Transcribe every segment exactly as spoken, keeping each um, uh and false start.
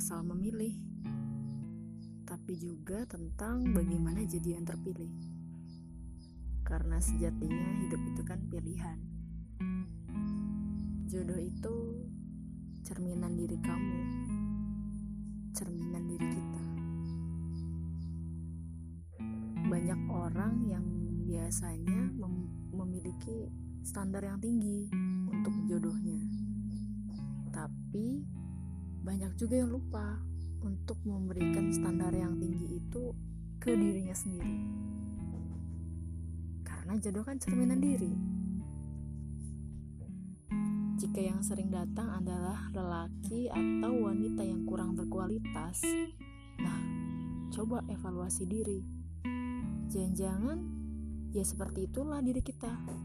asal memilih, tapi juga tentang bagaimana jadi yang terpilih. Karena sejatinya hidup itu kan pilihan. Jodoh itu cerminan diri kamu, cerminan diri kita. Banyak orang yang biasanya mem- memiliki standar yang tinggi untuk jodohnya, tapi banyak juga yang lupa untuk memberikan standar yang tinggi itu ke dirinya sendiri. Karena jodoh kan cerminan diri. Jika yang sering datang adalah lelaki atau wanita yang kurang berkualitas, nah, coba evaluasi diri. Jangan-jangan ya seperti itulah diri kita.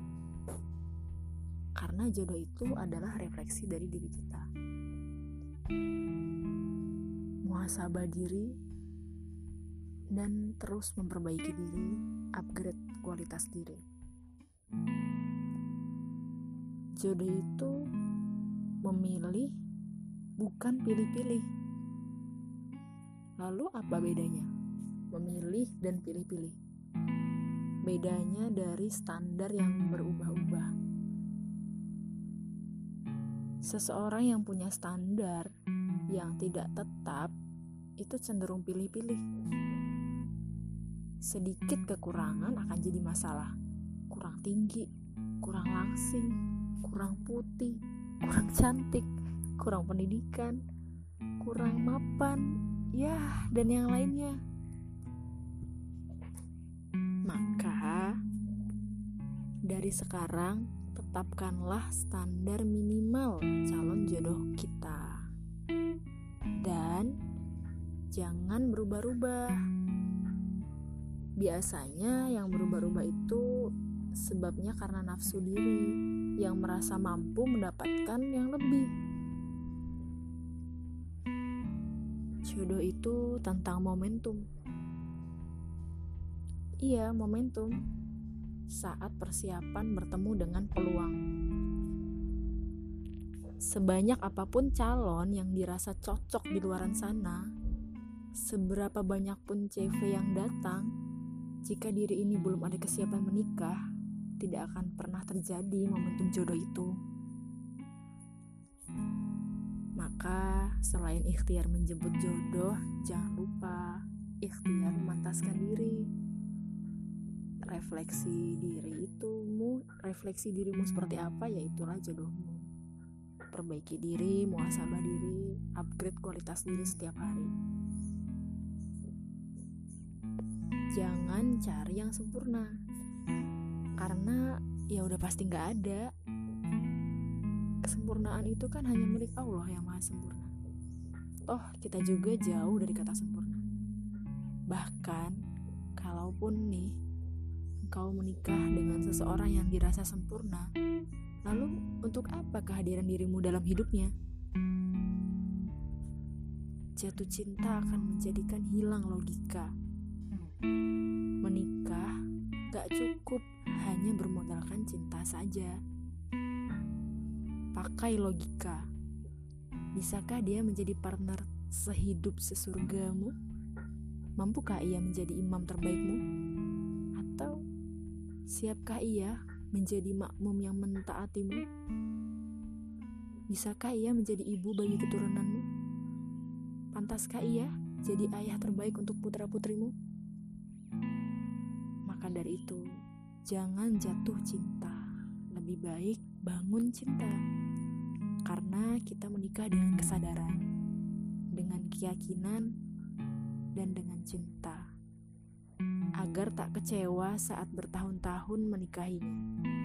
Karena jodoh itu adalah refleksi dari diri kita. Muhasabah diri dan terus memperbaiki diri, upgrade kualitas diri. Jodoh itu memilih, bukan pilih-pilih. Lalu apa bedanya? Memilih dan pilih-pilih. Bedanya dari standar yang berubah-ubah. Seseorang yang punya standar yang tidak tetap itu cenderung pilih-pilih. Sedikit kekurangan akan jadi masalah. Kurang tinggi, kurang langsing, kurang putih, kurang cantik, kurang pendidikan, kurang mapan, ya, dan yang lainnya. Maka dari sekarang tetapkanlah standar minimal calon jodoh kita. Dan jangan berubah-ubah. Biasanya yang berubah-ubah itu sebabnya karena nafsu diri yang merasa mampu mendapatkan yang lebih. Jodoh itu tentang momentum. Iya, momentum. Saat persiapan bertemu dengan peluang. Sebanyak apapun calon yang dirasa cocok di luaran sana, seberapa banyak pun C V yang datang, jika diri ini belum ada kesiapan menikah, tidak akan pernah terjadi momentum jodoh itu. Maka selain ikhtiar menjemput jodoh, jangan lupa ikhtiar memantaskan diri. Refleksi diri itumu, refleksi dirimu seperti apa, ya itulah jodohmu. Perbaiki diri, muhasabah diri, upgrade kualitas diri setiap hari. Jangan cari yang sempurna, karena ya udah pasti gak ada. Kesempurnaan itu kan hanya milik Allah yang maha sempurna. Toh kita juga jauh dari kata sempurna. Bahkan kalaupun nih engkau menikah dengan seseorang yang dirasa sempurna, lalu untuk apa kehadiran dirimu dalam hidupnya? Jatuh cinta akan menjadikan hilang logika. Menikah gak cukup hanya bermodalkan cinta saja. Pakai logika. Bisakah dia menjadi partner sehidup sesurgamu? Mampukah ia menjadi imam terbaikmu? Atau siapkah ia menjadi makmum yang mentaatimu? Bisakah ia menjadi ibu bagi keturunanmu? Pantaskah ia jadi ayah terbaik untuk putra-putrimu? Maka dari itu, jangan jatuh cinta. Lebih baik bangun cinta. Karena kita menikah dengan kesadaran, dengan keyakinan, dan dengan cinta. Agar tak kecewa saat bertahun-tahun menikahinya.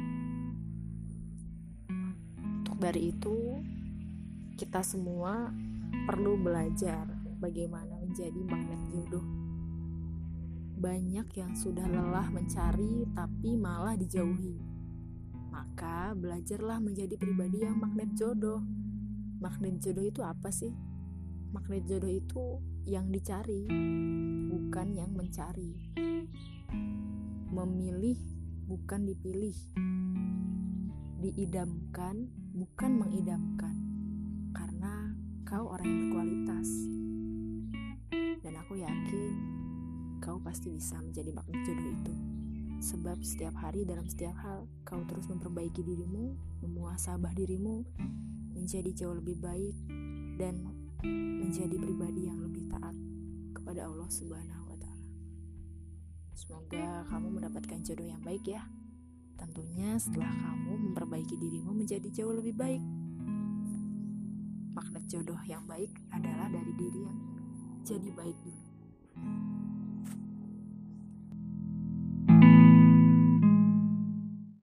Untuk dari itu, kita semua perlu belajar bagaimana menjadi magnet jodoh. Banyak yang sudah lelah mencari tapi malah dijauhi. Maka belajarlah menjadi pribadi yang magnet jodoh. Magnet jodoh itu apa sih? Magnet jodoh itu yang dicari, bukan yang mencari. Memilih, bukan dipilih. Diidamkan, bukan mengidamkan. Karena kau orang yang berkualitas. Dan aku yakin kau pasti bisa menjadi magnet jodoh itu. Sebab setiap hari dalam setiap hal, kau terus memperbaiki dirimu, memuhasabah dirimu, menjadi jauh lebih baik, dan menjadi pribadi yang lebih taat kepada Allah Subhanahu wa Ta'ala. Semoga kamu mendapatkan jodoh yang baik ya. Tentunya setelah kamu memperbaiki dirimu menjadi jauh lebih baik. Magnet jodoh yang baik adalah dari diri yang jadi baik dulu.